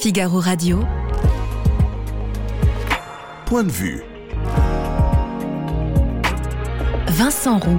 Figaro Radio. Point de vue. Vincent Roux.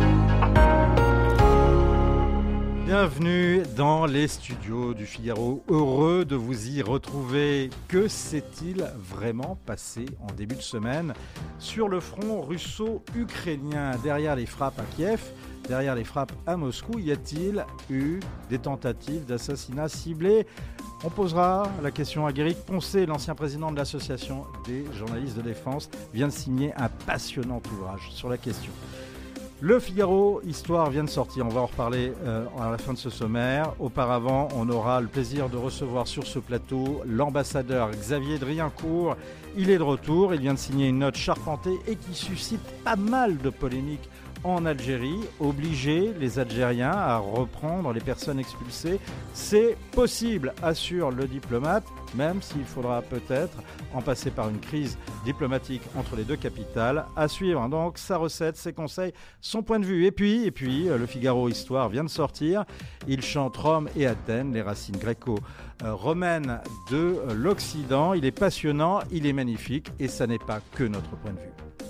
Bienvenue dans les studios du Figaro. Heureux de vous y retrouver. Que s'est-il vraiment passé en début de semaine sur le front russo-ukrainien? Derrière les frappes à Kiev, derrière les frappes à Moscou, y a-t-il eu des tentatives d'assassinat ciblés? On posera la question à Guéric Poncet, l'ancien président de l'association des journalistes de défense, vient de signer un passionnant ouvrage sur la question. Le Figaro Histoire vient de sortir, on va en reparler à la fin de ce sommaire. Auparavant, on aura le plaisir de recevoir sur ce plateau l'ambassadeur Xavier Driancourt. Il est de retour, il vient de signer une note charpentée et qui suscite pas mal de polémiques en Algérie, obliger les Algériens à reprendre les personnes expulsées. C'est possible, assure le diplomate, même s'il faudra peut-être en passer par une crise diplomatique entre les deux capitales. À suivre donc sa recette, ses conseils, son point de vue. Et puis, le Figaro Histoire vient de sortir. Il chante Rome et Athènes, les racines gréco-romaines de l'Occident. Il est passionnant, il est magnifique et ça n'est pas que notre point de vue.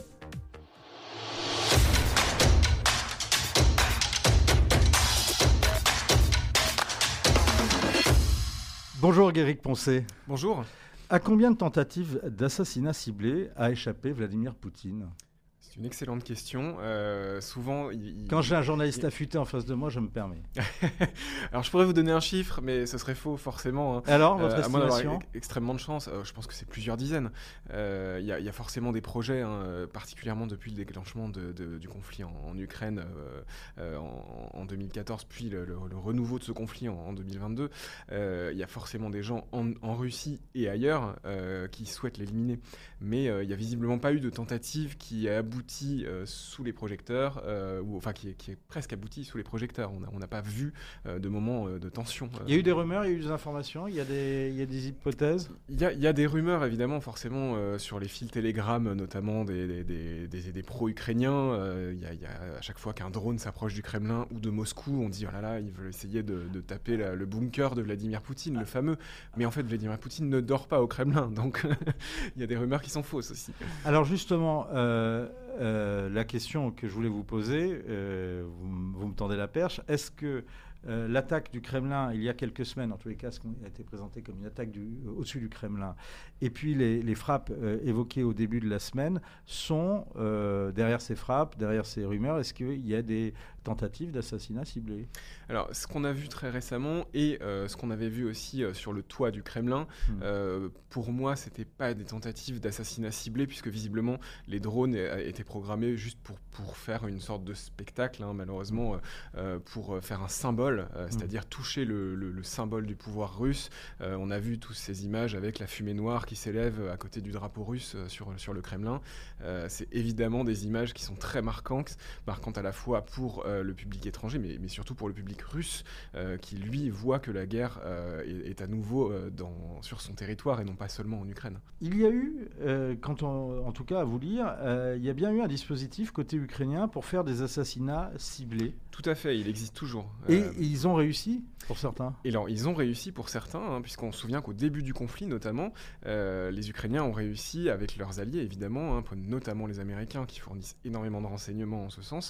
Bonjour Guéric Poncet. Bonjour. À combien de tentatives d'assassinat ciblé a échappé Vladimir Poutine ? C'est une excellente question. Souvent, quand j'ai un journaliste affûté en face de moi, je me permets. Alors, je pourrais vous donner un chiffre, mais ce serait faux forcément. Alors, votre à moins d'avoir estimation ? Extrêmement de chance. Je pense que c'est plusieurs dizaines. Il y a forcément des projets, particulièrement depuis le déclenchement du conflit en Ukraine en 2014, puis le renouveau de ce conflit en 2022. Il y a forcément des gens en Russie et ailleurs qui souhaitent l'éliminer. Mais il n'y a visiblement pas eu de tentative qui a abouti sous les projecteurs, qui est presque abouti sous les projecteurs. On n'a pas vu de moments de tension. Il y a eu des rumeurs, il y a eu des informations, il y a des hypothèses. Il y a des rumeurs, évidemment, forcément, sur les fils Telegram, notamment des pro-ukrainiens. Il y a à chaque fois qu'un drone s'approche du Kremlin ou de Moscou, on dit « Oh là là, ils veulent essayer de taper le bunker de Vladimir Poutine, le fameux ». Mais en fait, Vladimir Poutine ne dort pas au Kremlin, donc il y a des rumeurs qui sont fausses aussi. Alors justement, la question que je voulais vous poser, vous me tendez la perche, est-ce que l'attaque du Kremlin, il y a quelques semaines, en tous les cas, ce qui a été présenté comme une attaque au-dessus du Kremlin, et puis les frappes évoquées au début de la semaine, sont derrière ces frappes, derrière ces rumeurs, est-ce qu'il y a des tentatives d'assassinat ciblés ? Alors, ce qu'on a vu très récemment et ce qu'on avait vu aussi sur le toit du Kremlin, pour moi, c'était pas des tentatives d'assassinat ciblés, puisque visiblement, les drones étaient programmés juste pour faire une sorte de spectacle, malheureusement, pour faire un symbole, c'est-à-dire toucher le symbole du pouvoir russe. On a vu toutes ces images avec la fumée noire qui s'élève à côté du drapeau russe sur le Kremlin. C'est évidemment des images qui sont très marquantes à la fois pour le public étranger, mais surtout pour le public russe, qui lui voit que la guerre est à nouveau sur son territoire et non pas seulement en Ukraine. Il y a eu, en tout cas à vous lire, il y a bien eu un dispositif côté ukrainien pour faire des assassinats ciblés. Tout à fait, il existe toujours. Et ils ont réussi pour certains. Et alors, ils ont réussi pour certains, puisqu'on se souvient qu'au début du conflit, notamment, les Ukrainiens ont réussi, avec leurs alliés évidemment, notamment les Américains qui fournissent énormément de renseignements en ce sens,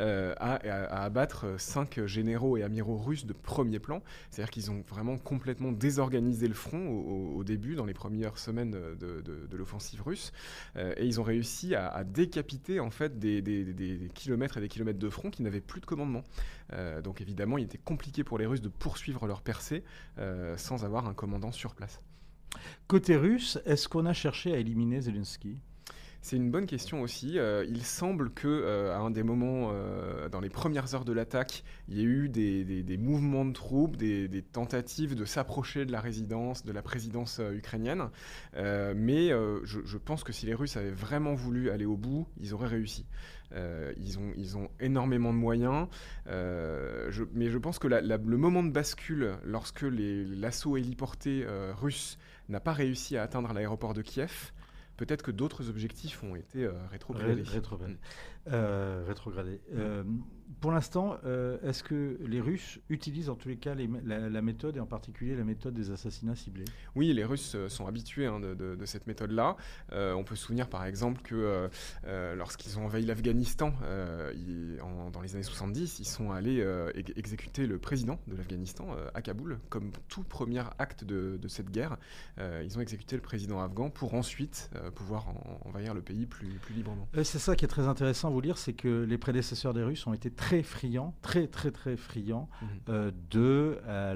à abattre 5 généraux et amiraux russes de premier plan. C'est-à-dire qu'ils ont vraiment complètement désorganisé le front au début, dans les premières semaines de l'offensive russe. Et ils ont réussi à décapiter en fait des kilomètres et des kilomètres de front qui n'avaient plus de commandement. Donc évidemment, il était compliqué pour les Russes de poursuivre leur percée sans avoir un commandant sur place. Côté russe, est-ce qu'on a cherché à éliminer Zelensky ? C'est une bonne question aussi. Il semble qu'à un des moments, dans les premières heures de l'attaque, il y a eu des mouvements de troupes, des tentatives de s'approcher de la présidence ukrainienne. Mais je pense que si les Russes avaient vraiment voulu aller au bout, ils auraient réussi. Ils ont énormément de moyens, mais je pense que le moment de bascule, lorsque l'assaut héliporté russe n'a pas réussi à atteindre l'aéroport de Kiev, peut-être que d'autres objectifs ont été rétrogradés. Pour l'instant, est-ce que les Russes utilisent en tous les cas la méthode, et en particulier la méthode des assassinats ciblés ? Oui, les Russes sont habitués de cette méthode-là. On peut se souvenir par exemple que lorsqu'ils ont envahi l'Afghanistan dans les années 70, ils sont allés exécuter le président de l'Afghanistan à Kaboul, comme tout premier acte de cette guerre. Ils ont exécuté le président afghan pour ensuite pouvoir envahir le pays plus librement. C'est ça qui est très intéressant à vous lire, c'est que les prédécesseurs des Russes ont été très friands, très friands de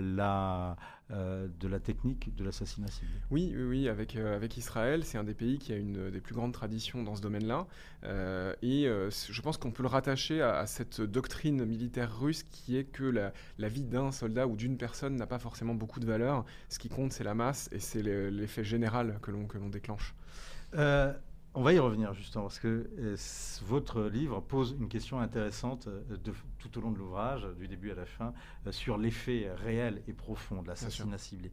la technique de l'assassinat ciblé. Oui, avec Israël, c'est un des pays qui a une des plus grandes traditions dans ce domaine-là. Je pense qu'on peut le rattacher à cette doctrine militaire russe qui est que la vie d'un soldat ou d'une personne n'a pas forcément beaucoup de valeur. Ce qui compte, c'est la masse et c'est l'effet général que l'on déclenche. On va y revenir justement, parce que votre livre pose une question intéressante tout au long de l'ouvrage, du début à la fin, sur l'effet réel et profond de l'assassinat ciblé.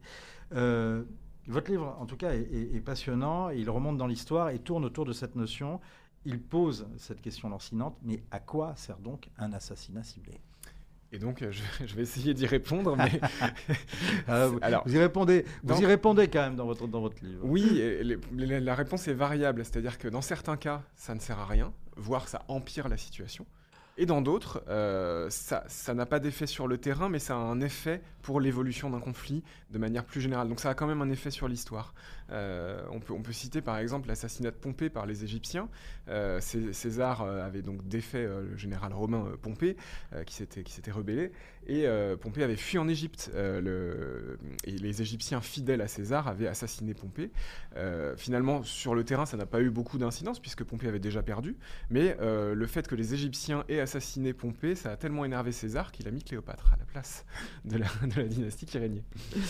Votre livre, en tout cas, est passionnant, il remonte dans l'histoire et tourne autour de cette notion. Il pose cette question lancinante, mais à quoi sert donc un assassinat ciblé ? Et donc, je vais essayer d'y répondre. Mais alors, vous y répondez quand même dans votre livre. Oui, la réponse est variable. C'est-à-dire que dans certains cas, ça ne sert à rien, voire ça empire la situation. Et dans d'autres, ça n'a pas d'effet sur le terrain, mais ça a un effet pour l'évolution d'un conflit de manière plus générale. Donc ça a quand même un effet sur l'histoire. On peut citer par exemple l'assassinat de Pompée par les Égyptiens. César avait donc défait le général romain Pompée, qui s'était rebellé. Et Pompée avait fui en Égypte. Et les Égyptiens fidèles à César avaient assassiné Pompée. Finalement, sur le terrain, ça n'a pas eu beaucoup d'incidence, puisque Pompée avait déjà perdu. Mais le fait que les Égyptiens aient assassiné Pompée, ça a tellement énervé César qu'il a mis Cléopâtre à la place de la dynastie qui régnait.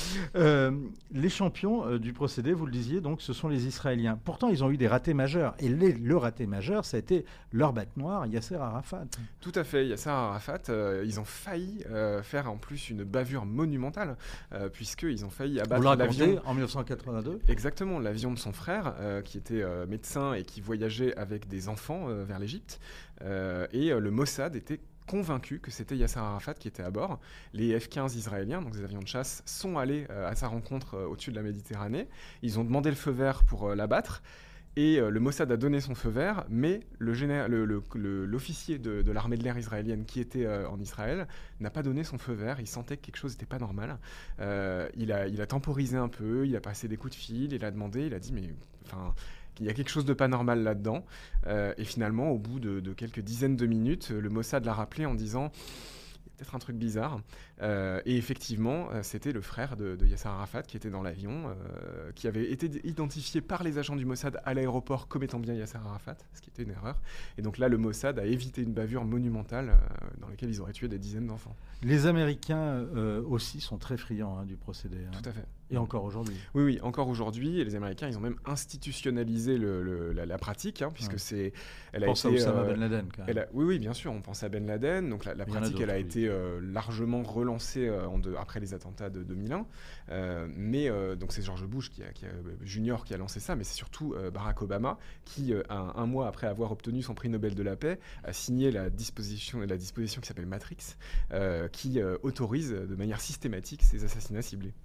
Les champions du procédé, vous le disiez, donc ce sont les Israéliens. Pourtant, ils ont eu des ratés majeurs. Et le raté majeur, ça a été leur bête noire, Yasser Arafat. Tout à fait, Yasser Arafat. Ils ont failli faire en plus une bavure monumentale, puisqu'ils ont failli abattre l'avion. En 1982 ? Exactement, l'avion de son frère, qui était médecin et qui voyageait avec des enfants vers l'Égypte. Et le Mossad était convaincu que c'était Yasser Arafat qui était à bord. Les F-15 israéliens, donc des avions de chasse, sont allés à sa rencontre au-dessus de la Méditerranée. Ils ont demandé le feu vert pour l'abattre. Et le Mossad a donné son feu vert, mais l'officier de l'armée de l'air israélienne qui était en Israël n'a pas donné son feu vert. Il sentait que quelque chose n'était pas normal. Il a temporisé un peu, il a passé des coups de fil, il a demandé, il a dit mais qu'il y a quelque chose de pas normal là-dedans. Et finalement, au bout de quelques dizaines de minutes, le Mossad l'a rappelé en disant peut-être un truc bizarre. Et effectivement, c'était le frère de Yasser Arafat qui était dans l'avion, qui avait été identifié par les agents du Mossad à l'aéroport comme étant bien Yasser Arafat, ce qui était une erreur. Et donc là, le Mossad a évité une bavure monumentale dans laquelle ils auraient tué des dizaines d'enfants. Les Américains aussi sont très friands du procédé. Tout à fait. Et encore aujourd'hui. Oui, encore aujourd'hui. Et les Américains, ils ont même institutionnalisé la pratique, puisque c'est... On pense à Osama Ben Laden, quand même. Oui, bien sûr, on pense à Ben Laden. Donc la pratique, elle a été largement relancée après les attentats de 2001. Donc c'est George Bush Junior qui a lancé ça, mais c'est surtout Barack Obama qui, un mois après avoir obtenu son prix Nobel de la paix, a signé la disposition qui s'appelle Matrix, qui autorise de manière systématique ces assassinats ciblés.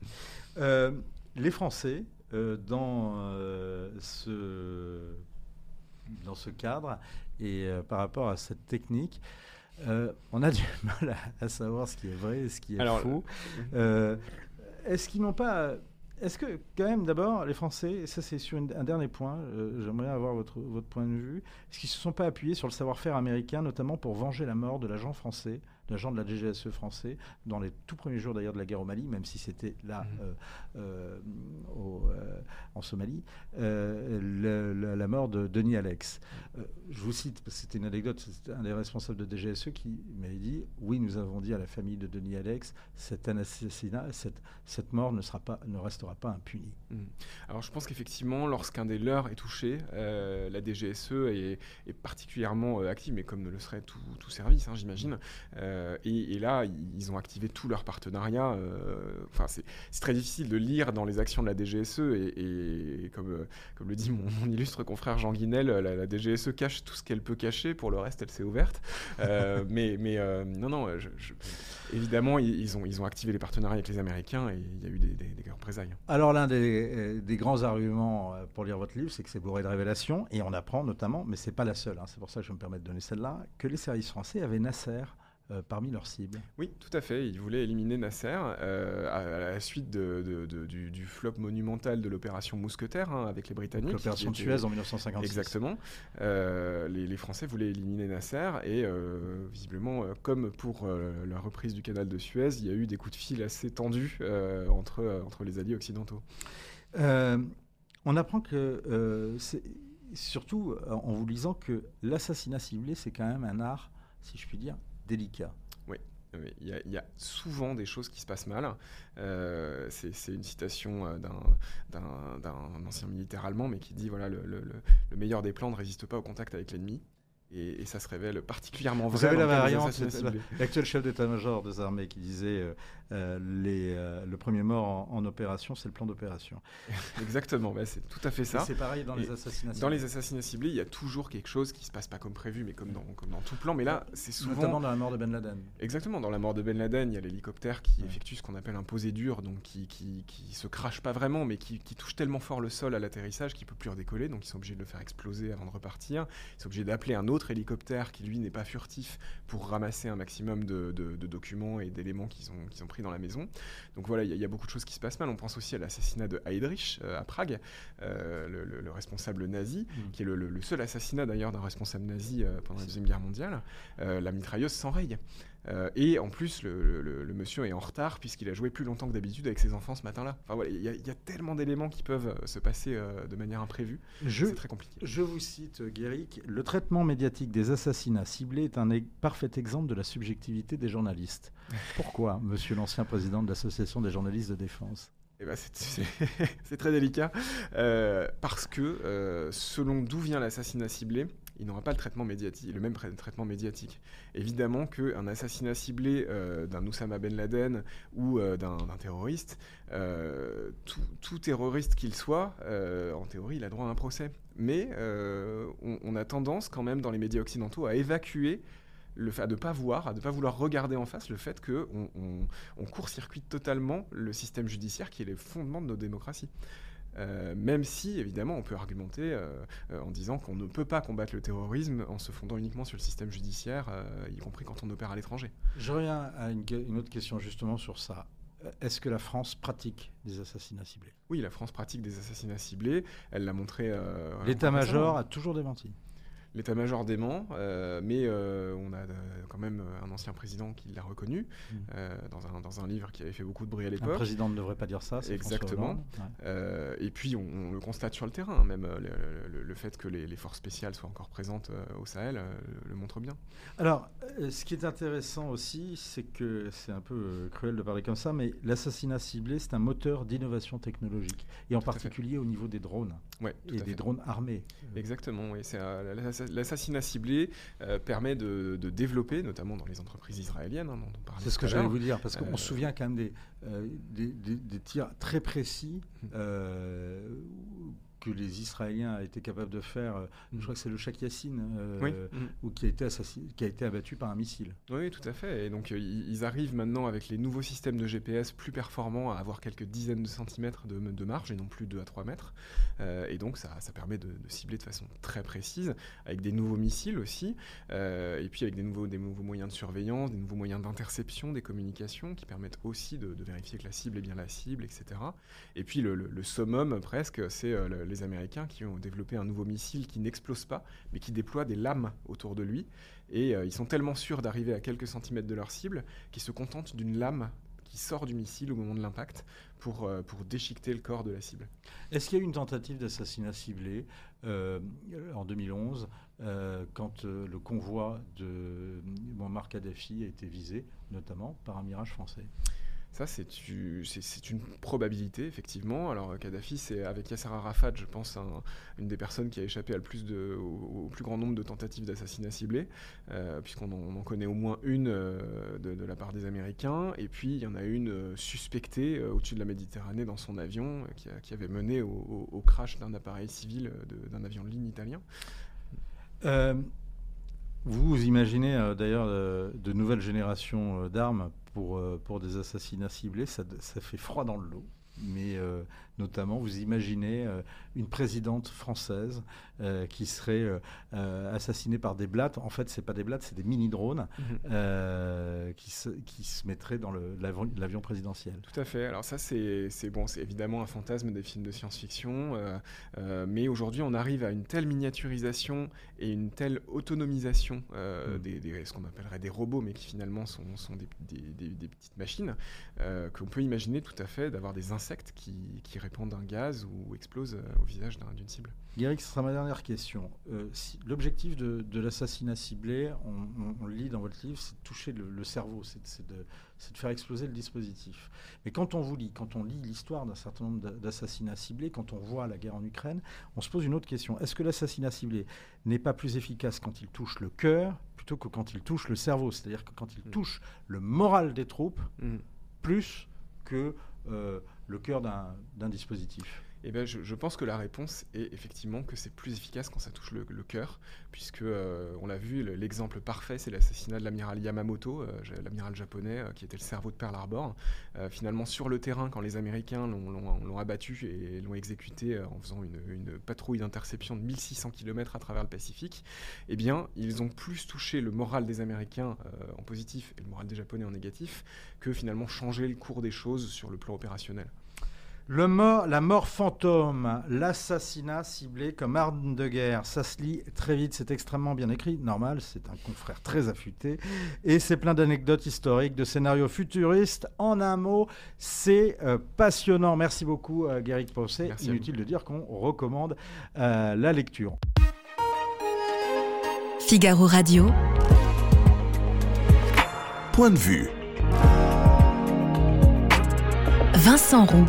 Les Français, dans ce cadre et par rapport à cette technique, on a du mal à savoir ce qui est vrai et ce qui est faux. Est-ce que, quand même, d'abord, les Français, et ça c'est sur un dernier point, j'aimerais avoir votre point de vue, est-ce qu'ils ne se sont pas appuyés sur le savoir-faire américain, notamment pour venger la mort de l'agent français, l'agent de la DGSE français, dans les tout premiers jours d'ailleurs de la guerre au Mali, même si c'était là en Somalie, la mort de Denis Alex. Je vous cite, parce que c'était une anecdote, c'était un des responsables de DGSE qui m'avait dit « Oui, nous avons dit à la famille de Denis Alex, cet assassinat, cette mort ne restera pas impunie. » Alors je pense qu'effectivement, lorsqu'un des leurs est touché, la DGSE est particulièrement active, mais comme ne le serait tout service, j'imagine. Et là, ils ont activé tous leurs partenariats. C'est très difficile de lire dans les actions de la DGSE et comme le dit mon illustre confrère Jean Guinel, la DGSE cache tout ce qu'elle peut cacher. Pour le reste, elle s'est ouverte. Évidemment, ils ont activé les partenariats avec les Américains et il y a eu des représailles. Alors l'un des grands arguments pour lire votre livre, c'est que c'est bourré de révélations et on apprend notamment, mais c'est pas la seule, c'est pour ça que je me permets de donner celle-là, que les services français avaient Nasser parmi leurs cibles. Oui, tout à fait. Ils voulaient éliminer Nasser à la suite du flop monumental de l'opération Mousquetaire avec les Britanniques. Donc, l'opération de Suez en 1956. Exactement. Les Français voulaient éliminer Nasser et visiblement, comme pour la reprise du canal de Suez, il y a eu des coups de fil assez tendus entre les alliés occidentaux. On apprend que, surtout en vous lisant, que l'assassinat ciblé, c'est quand même un art, si je puis dire, délicat. Oui, il y a souvent des choses qui se passent mal. C'est une citation d'un ancien militaire allemand, mais qui dit voilà, le meilleur des plans ne résiste pas au contact avec l'ennemi. Et ça se révèle particulièrement vrai. Vous avez la variante, l'actuel chef d'état-major des armées qui disait le premier mort en opération, c'est le plan d'opération. Exactement, c'est tout à fait ça. Et c'est pareil dans les assassinats ciblés. Dans les assassinats ciblés, il y a toujours quelque chose qui ne se passe pas comme prévu, mais comme dans tout plan. Mais là, c'est souvent... Notamment dans la mort de Ben Laden. Exactement, dans la mort de Ben Laden, il y a l'hélicoptère qui effectue ce qu'on appelle un posé dur, donc qui se crache pas vraiment, mais qui touche tellement fort le sol à l'atterrissage qu'il ne peut plus redécoller, donc ils sont obligés de le faire exploser avant de repartir. Ils sont obligés d'appeler un autre hélicoptère qui lui n'est pas furtif pour ramasser un maximum de documents et d'éléments qu'ils ont pris dans la maison. Donc voilà, il y a beaucoup de choses qui se passent mal. On pense aussi à l'assassinat de Heydrich à Prague, le responsable nazi, qui est le seul assassinat d'ailleurs d'un responsable nazi pendant la Deuxième Guerre mondiale. La mitrailleuse s'enraye. Et en plus, le monsieur est en retard puisqu'il a joué plus longtemps que d'habitude avec ses enfants ce matin-là. Enfin voilà, il y a tellement d'éléments qui peuvent se passer de manière imprévue. C'est très compliqué. Je vous cite, Guéric, le traitement médiatique des assassinats ciblés est un parfait exemple de la subjectivité des journalistes. Pourquoi, monsieur l'ancien président de l'Association des journalistes de défense ? C'est très délicat parce que selon d'où vient l'assassinat ciblé, il n'aura pas le même traitement médiatique. Évidemment qu'un assassinat ciblé d'un Oussama Ben Laden ou d'un terroriste, tout terroriste qu'il soit, en théorie, il a droit à un procès. Mais on a tendance quand même dans les médias occidentaux à évacuer à ne pas vouloir regarder en face le fait qu'on court-circuite totalement le système judiciaire qui est le fondement de nos démocraties. Même si, évidemment, on peut argumenter en disant qu'on ne peut pas combattre le terrorisme en se fondant uniquement sur le système judiciaire, y compris quand on opère à l'étranger. Je reviens à une autre question justement sur ça. Est-ce que la France pratique des assassinats ciblés ? Oui, la France pratique des assassinats ciblés. Elle l'a montré... L'état-major a toujours démenti. L'état-major dément, mais on a quand même un ancien président qui l'a reconnu dans un livre qui avait fait beaucoup de bruit à l'époque. Un président ne devrait pas dire ça, c'est exactement. Ouais. Et puis on le constate sur le terrain, même le fait que les forces spéciales soient encore présentes au Sahel le montre bien. Alors, ce qui est intéressant aussi, c'est que c'est un peu cruel de parler comme ça, mais l'assassinat ciblé, c'est un moteur d'innovation technologique, et en particulier au niveau des drones, et des drones armés. Exactement, oui. L'assassinat ciblé permet de développer, notamment dans les entreprises israéliennes, dont on parlait. C'est ce que j'allais vous dire, parce qu'on se souvient quand même des tirs très précis que les Israéliens étaient capables de faire. Je crois que c'est le Shak Yassine, qui a été abattu par un missile. Oui, tout à fait. Et donc ils arrivent maintenant avec les nouveaux systèmes de GPS plus performants à avoir quelques dizaines de centimètres de marge et non plus 2 à 3 mètres. Et donc ça permet de cibler de façon très précise, avec des nouveaux missiles aussi, et puis avec des nouveaux moyens de surveillance, des nouveaux moyens d'interception des communications qui permettent aussi de vérifier que la cible est bien la cible, etc. Et puis le summum presque, c'est les Américains qui ont développé un nouveau missile qui n'explose pas, mais qui déploie des lames autour de lui. Et ils sont tellement sûrs d'arriver à quelques centimètres de leur cible qu'ils se contentent d'une lame qui sort du missile au moment de l'impact pour déchiqueter le corps de la cible. Est-ce qu'il y a eu une tentative d'assassinat ciblé en 2011 quand le convoi de Muammar Kadhafi a été visé, notamment par un Mirage français ? Ça, c'est une probabilité, effectivement. Alors, Kadhafi, c'est avec Yasser Arafat, je pense, une des personnes qui a échappé au plus grand nombre de tentatives d'assassinat ciblé, puisqu'on en connaît au moins une de la part des Américains. Et puis, il y en a une suspectée au-dessus de la Méditerranée dans son avion, qui avait mené au crash d'un appareil civil, d'un avion de ligne italien. Vous imaginez d'ailleurs de nouvelles générations d'armes pour des assassinats ciblés, ça fait froid dans le dos. Mais notamment, vous imaginez une présidente française qui serait assassinée par des blattes. En fait, ce n'est pas des blattes, c'est des mini-drones qui se mettraient dans l'avion présidentiel. Tout à fait. Alors ça, c'est évidemment un fantasme des films de science-fiction. Mais aujourd'hui, on arrive à une telle miniaturisation et une telle autonomisation ce qu'on appellerait des robots, mais qui finalement sont des petites machines, qu'on peut imaginer tout à fait d'avoir des insectes qui répandent un gaz ou explosent au visage d'une cible. Guéric, ce sera ma dernière question. L'objectif de l'assassinat ciblé, on le lit dans votre livre, c'est de toucher le cerveau, c'est de faire exploser le dispositif. Mais quand on lit l'histoire d'un certain nombre d'assassinats ciblés, quand on voit la guerre en Ukraine, on se pose une autre question. Est-ce que l'assassinat ciblé n'est pas plus efficace quand il touche le cœur plutôt que quand il touche le cerveau ? C'est-à-dire que quand il touche le moral des troupes, plus que le cœur d'un dispositif. Eh bien, je pense que la réponse est effectivement que c'est plus efficace quand ça touche le cœur, puisque on l'a vu, l'exemple parfait, c'est l'assassinat de l'amiral Yamamoto, l'amiral japonais qui était le cerveau de Pearl Harbor. Finalement, sur le terrain, quand les Américains l'ont abattu et l'ont exécuté en faisant une patrouille d'interception de 1600 km à travers le Pacifique, eh bien, ils ont plus touché le moral des Américains en positif et le moral des Japonais en négatif que finalement changer le cours des choses sur le plan opérationnel. La mort fantôme, l'assassinat ciblé comme arme de guerre, ça se lit très vite, c'est extrêmement bien écrit, normal, c'est un confrère très affûté, et c'est plein d'anecdotes historiques, de scénarios futuristes. En un mot, c'est passionnant. Merci beaucoup, Guéric Pauset. Inutile de dire qu'on recommande la lecture. Figaro Radio. Point de vue. Vincent Roux.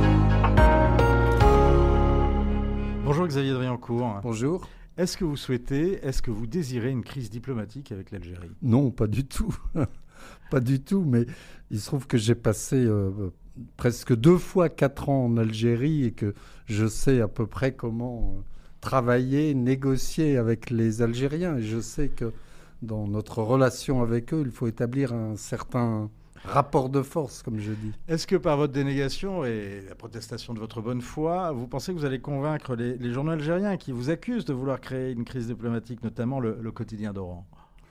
Bonjour Xavier Driancourt. Bonjour. Est-ce que vous désirez une crise diplomatique avec l'Algérie ? Non, pas du tout. Pas du tout, mais il se trouve que j'ai passé presque 2 fois 4 ans en Algérie et que je sais à peu près comment travailler, négocier avec les Algériens. Et je sais que dans notre relation avec eux, il faut établir un certain rapport de force, comme je dis. Est-ce que par votre dénégation et la protestation de votre bonne foi, vous pensez que vous allez convaincre les journaux algériens qui vous accusent de vouloir créer une crise diplomatique, notamment le quotidien d'Oran ?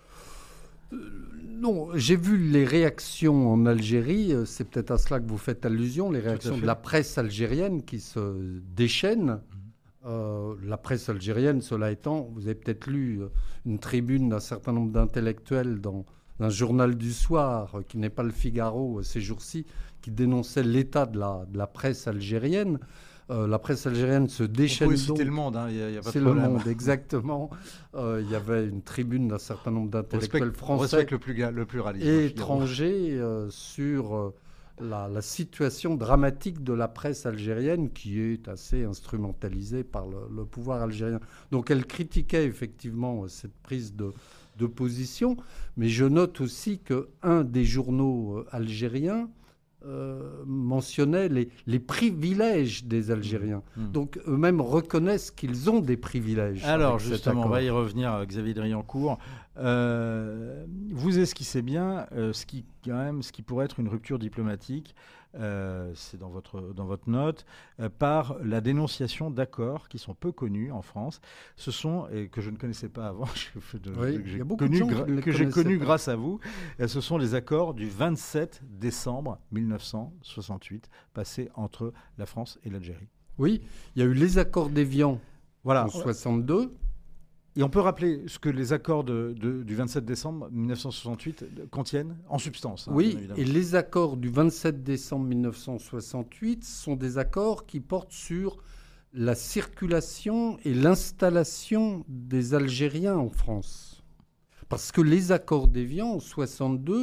Non, j'ai vu les réactions en Algérie, c'est peut-être à cela que vous faites allusion, les réactions de la presse algérienne qui se déchaînent. La presse algérienne, cela étant, vous avez peut-être lu une tribune d'un certain nombre d'intellectuels dans un journal du soir, qui n'est pas le Figaro ces jours-ci, qui dénonçait l'état de la presse algérienne. La presse algérienne se déchaîne. Vous pouvez citer Le Monde, hein, y a pas de problème. C'est Le Monde, exactement. Il y avait une tribune d'un certain nombre d'intellectuels français le pluralisme, et étrangers sur la situation dramatique de la presse algérienne qui est assez instrumentalisée par le pouvoir algérien. Donc elle critiquait effectivement cette prise de position, mais je note aussi qu'un des journaux algériens mentionnait les privilèges des Algériens. Donc eux-mêmes reconnaissent qu'ils ont des privilèges. Alors justement, on va y revenir, Xavier Driancourt. Vous esquissez bien ce qui pourrait être une rupture diplomatique, c'est dans votre note, par la dénonciation d'accords qui sont peu connus en France. Ce sont, et que je ne connaissais pas avant, que j'ai connus grâce à vous, ce sont les accords du 27 décembre 1968, passés entre la France et l'Algérie. Oui, il y a eu les accords d'Évian en 62. Et on peut rappeler ce que les accords du 27 décembre 1968 contiennent en substance. Oui, et les accords du 27 décembre 1968 sont des accords qui portent sur la circulation et l'installation des Algériens en France. Parce que les accords d'Évian en 62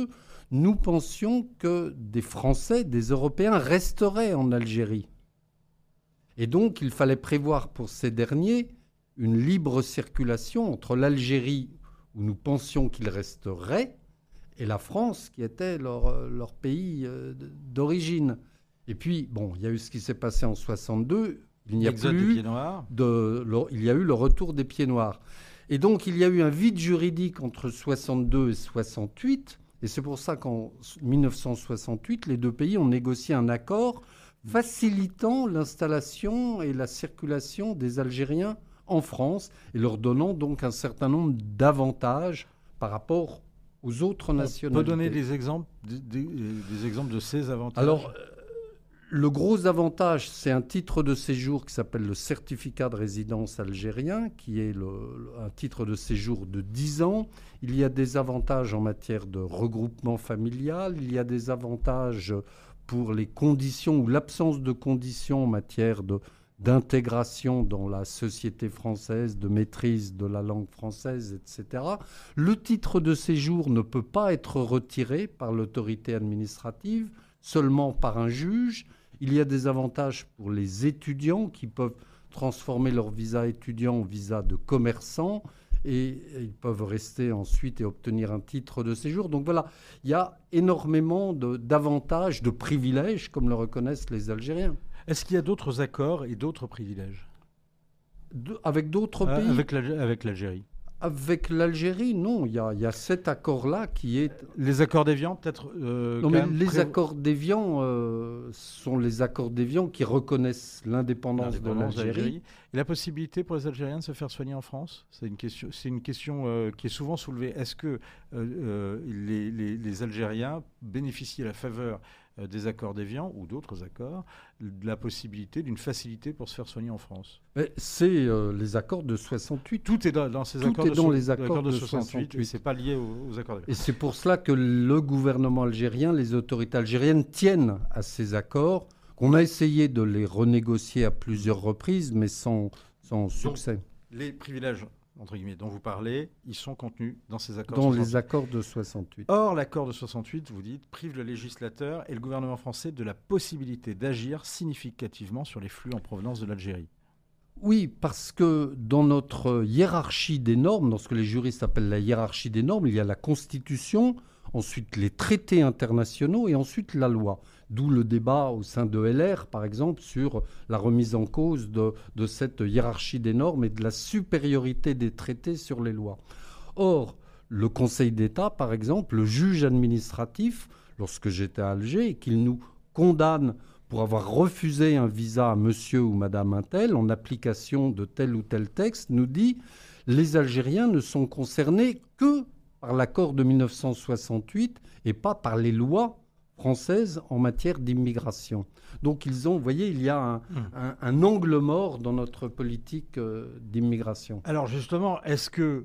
nous pensions que des Français, des Européens resteraient en Algérie. Et donc, il fallait prévoir pour ces derniers une libre circulation entre l'Algérie, où nous pensions qu'ils resteraient, et la France, qui était leur pays d'origine. Et puis, bon, il y a eu ce qui s'est passé en 1962. Il n'y a plus il y a eu le retour des pieds noirs. Et donc, il y a eu un vide juridique entre 62 et 68. Et c'est pour ça qu'en 1968, les deux pays ont négocié un accord facilitant l'installation et la circulation des Algériens en France et leur donnant donc un certain nombre d'avantages par rapport aux autres nationalités. On peut donner des exemples de ces avantages? Alors, le gros avantage, c'est un titre de séjour qui s'appelle le certificat de résidence algérien, qui est un titre de séjour de 10 ans. Il y a des avantages en matière de regroupement familial, il y a des avantages pour les conditions ou l'absence de conditions en matière d'intégration dans la société française, de maîtrise de la langue française, etc. Le titre de séjour ne peut pas être retiré par l'autorité administrative, seulement par un juge. Il y a des avantages pour les étudiants qui peuvent transformer leur visa étudiant en visa de commerçant et ils peuvent rester ensuite et obtenir un titre de séjour. Donc voilà, il y a énormément d'avantages, de privilèges, comme le reconnaissent les Algériens. Est-ce qu'il y a d'autres accords et d'autres privilèges avec d'autres pays? Avec l'Algérie. Avec l'Algérie, non. Il y a cet accord-là qui est... Les accords d'Évian, peut-être Non, mais les accords d'Évian sont les accords d'Évian qui reconnaissent l'indépendance de l'Algérie. Et la possibilité pour les Algériens de se faire soigner en France, c'est une question qui est souvent soulevée. Est-ce que les Algériens bénéficient à la faveur des accords d'Évian ou d'autres accords, de la possibilité d'une facilité pour se faire soigner en France? C'est les accords de 68. Tout est dans ces accords de 68 et ce n'est pas lié aux accords d'Évian. Et c'est pour cela que le gouvernement algérien, les autorités algériennes tiennent à ces accords, qu'on a essayé de les renégocier à plusieurs reprises, mais sans succès. Donc, les privilèges entre guillemets, dont vous parlez, ils sont contenus dans ces accords. Dans les accords de 68. Or, l'accord de 68, vous dites, prive le législateur et le gouvernement français de la possibilité d'agir significativement sur les flux en provenance de l'Algérie. Oui, parce que dans notre hiérarchie des normes, dans ce que les juristes appellent la hiérarchie des normes, il y a la Constitution, ensuite les traités internationaux et ensuite la loi. D'où le débat au sein de LR, par exemple, sur la remise en cause de cette hiérarchie des normes et de la supériorité des traités sur les lois. Or, le Conseil d'État, par exemple, le juge administratif, lorsque j'étais à Alger, et qu'il nous condamne pour avoir refusé un visa à monsieur ou madame untel en application de tel ou tel texte, nous dit « Les Algériens ne sont concernés que par l'accord de 1968 et pas par les lois françaises en matière d'immigration. » Donc ils ont, vous voyez, il y a un angle mort dans notre politique d'immigration. Alors justement, est-ce que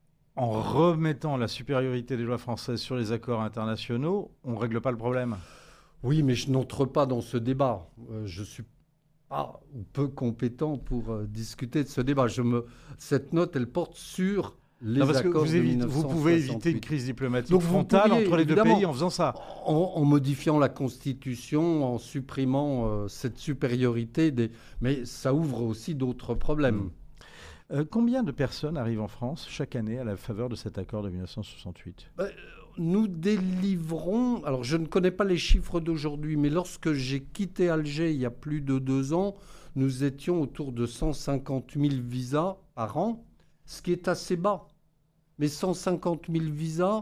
en remettant la supériorité des lois françaises sur les accords internationaux, on ne règle pas le problème ? Oui, mais je n'entre pas dans ce débat. Je suis pas ou peu compétent pour discuter de ce débat. Cette note, elle porte sur les accords de 1968. Vous pouvez éviter une crise diplomatique frontale entre les deux pays en faisant ça. En modifiant la Constitution, en supprimant cette supériorité. Mais ça ouvre aussi d'autres problèmes. Combien de personnes arrivent en France chaque année à la faveur de cet accord de 1968 ? Nous délivrons, alors je ne connais pas les chiffres d'aujourd'hui, mais lorsque j'ai quitté Alger il y a plus de 2 ans, nous étions autour de 150 000 visas par an, ce qui est assez bas. Mais 150 000 visas,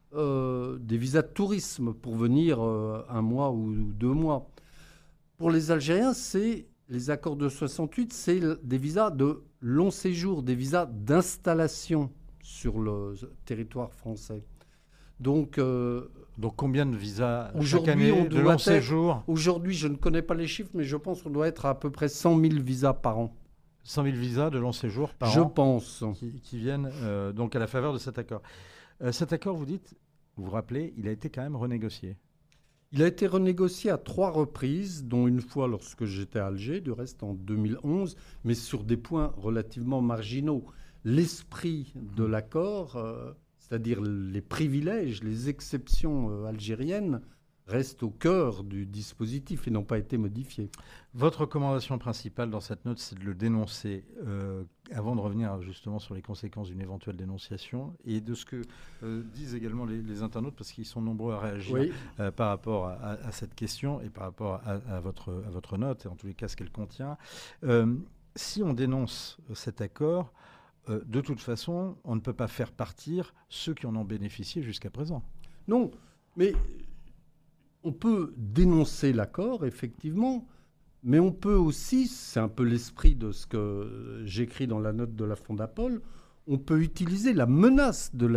des visas de tourisme pour venir 1 mois ou 2 mois. Pour les Algériens, les accords de 68, c'est des visas de long séjour, des visas d'installation sur le territoire français. Donc combien de visas chaque année de long séjour ? Aujourd'hui, je ne connais pas les chiffres, mais je pense qu'on doit être à peu près 100 000 visas par an. 100 000 visas de long séjour par an ? Je pense. Qui viennent donc à la faveur de cet accord. Cet accord, vous vous rappelez, il a été quand même renégocié. Il a été renégocié à 3 reprises, dont une fois lorsque j'étais à Alger, du reste en 2011, mais sur des points relativement marginaux. L'esprit de l'accord... c'est-à-dire les privilèges, les exceptions algériennes, restent au cœur du dispositif et n'ont pas été modifiés. Votre recommandation principale dans cette note, c'est de le dénoncer, avant de revenir justement sur les conséquences d'une éventuelle dénonciation, et de ce que disent également les internautes, parce qu'ils sont nombreux à réagir par rapport à cette question et par rapport à votre note, et en tous les cas ce qu'elle contient. Si on dénonce cet accord, de toute façon, on ne peut pas faire partir ceux qui en ont bénéficié jusqu'à présent. Non, mais on peut dénoncer l'accord, effectivement, mais on peut aussi, c'est un peu l'esprit de ce que j'écris dans la note de la Fondapol, on peut utiliser la menace de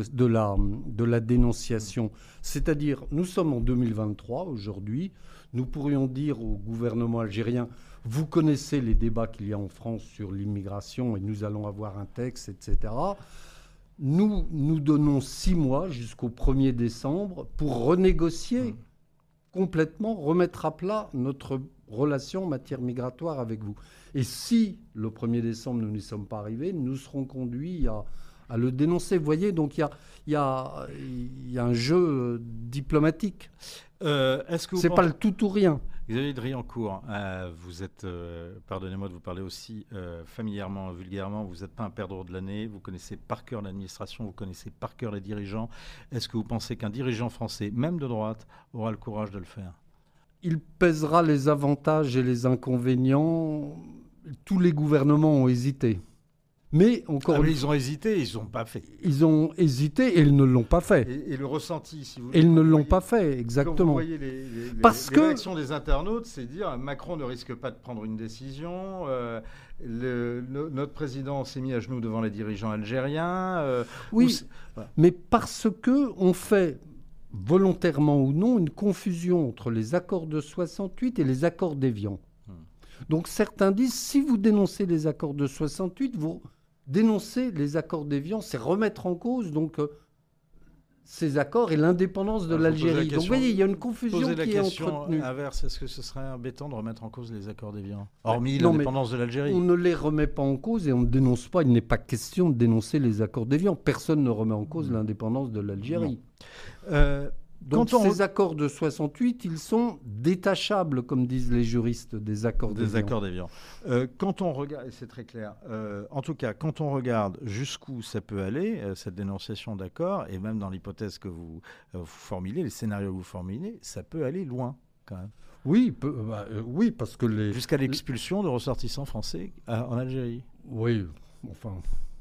la dénonciation. C'est-à-dire, nous sommes en 2023, aujourd'hui, nous pourrions dire au gouvernement algérien, vous connaissez les débats qu'il y a en France sur l'immigration et nous allons avoir un texte, etc. Nous donnons 6 mois jusqu'au 1er décembre pour renégocier complètement, remettre à plat notre relation en matière migratoire avec vous. Et si le 1er décembre nous n'y sommes pas arrivés, nous serons conduits à le dénoncer. Vous voyez, donc il y a un jeu diplomatique. C'est pas le tout ou rien. Xavier Driancourt, vous êtes, pardonnez-moi de vous parler aussi familièrement, vulgairement, vous n'êtes pas un perdreau de l'année, vous connaissez par cœur l'administration, vous connaissez par cœur les dirigeants. Est-ce que vous pensez qu'un dirigeant français, même de droite, aura le courage de le faire ? Il pèsera les avantages et les inconvénients. Tous les gouvernements ont hésité. Mais encore ils ont hésité, ils n'ont pas fait. Ils ont hésité et ils ne l'ont pas fait. Et le ressenti, si vous voulez. Ils ne l'ont pas fait, exactement. Quand vous voyez les réactions des internautes, c'est dire Macron ne risque pas de prendre une décision. Notre président s'est mis à genoux devant les dirigeants algériens. Mais parce qu'on fait, volontairement ou non, une confusion entre les accords de 68 et les accords d'Évian. Donc certains disent, si vous dénoncez les accords de 68, vous dénoncez les accords d'Évian, c'est remettre en cause donc ces accords et l'indépendance de l'Algérie. Donc vous voyez, il y a une confusion qui est entretenue. Inverse, est-ce que ce serait embêtant de remettre en cause les accords d'Évian, hormis l'indépendance de l'Algérie? On ne les remet pas en cause et on ne dénonce pas. Il n'est pas question de dénoncer les accords d'Évian. Personne ne remet en cause l'indépendance de l'Algérie. Donc ces accords de 68, ils sont détachables, comme disent les juristes, des accords d'Évian. Quand on regarde, et c'est très clair, en tout cas, quand on regarde jusqu'où ça peut aller, cette dénonciation d'accords, et même dans l'hypothèse que vous formulez, les scénarios que vous formulez, ça peut aller loin, quand même. Oui, oui, parce que jusqu'à l'expulsion de ressortissants français en Algérie. Oui, enfin...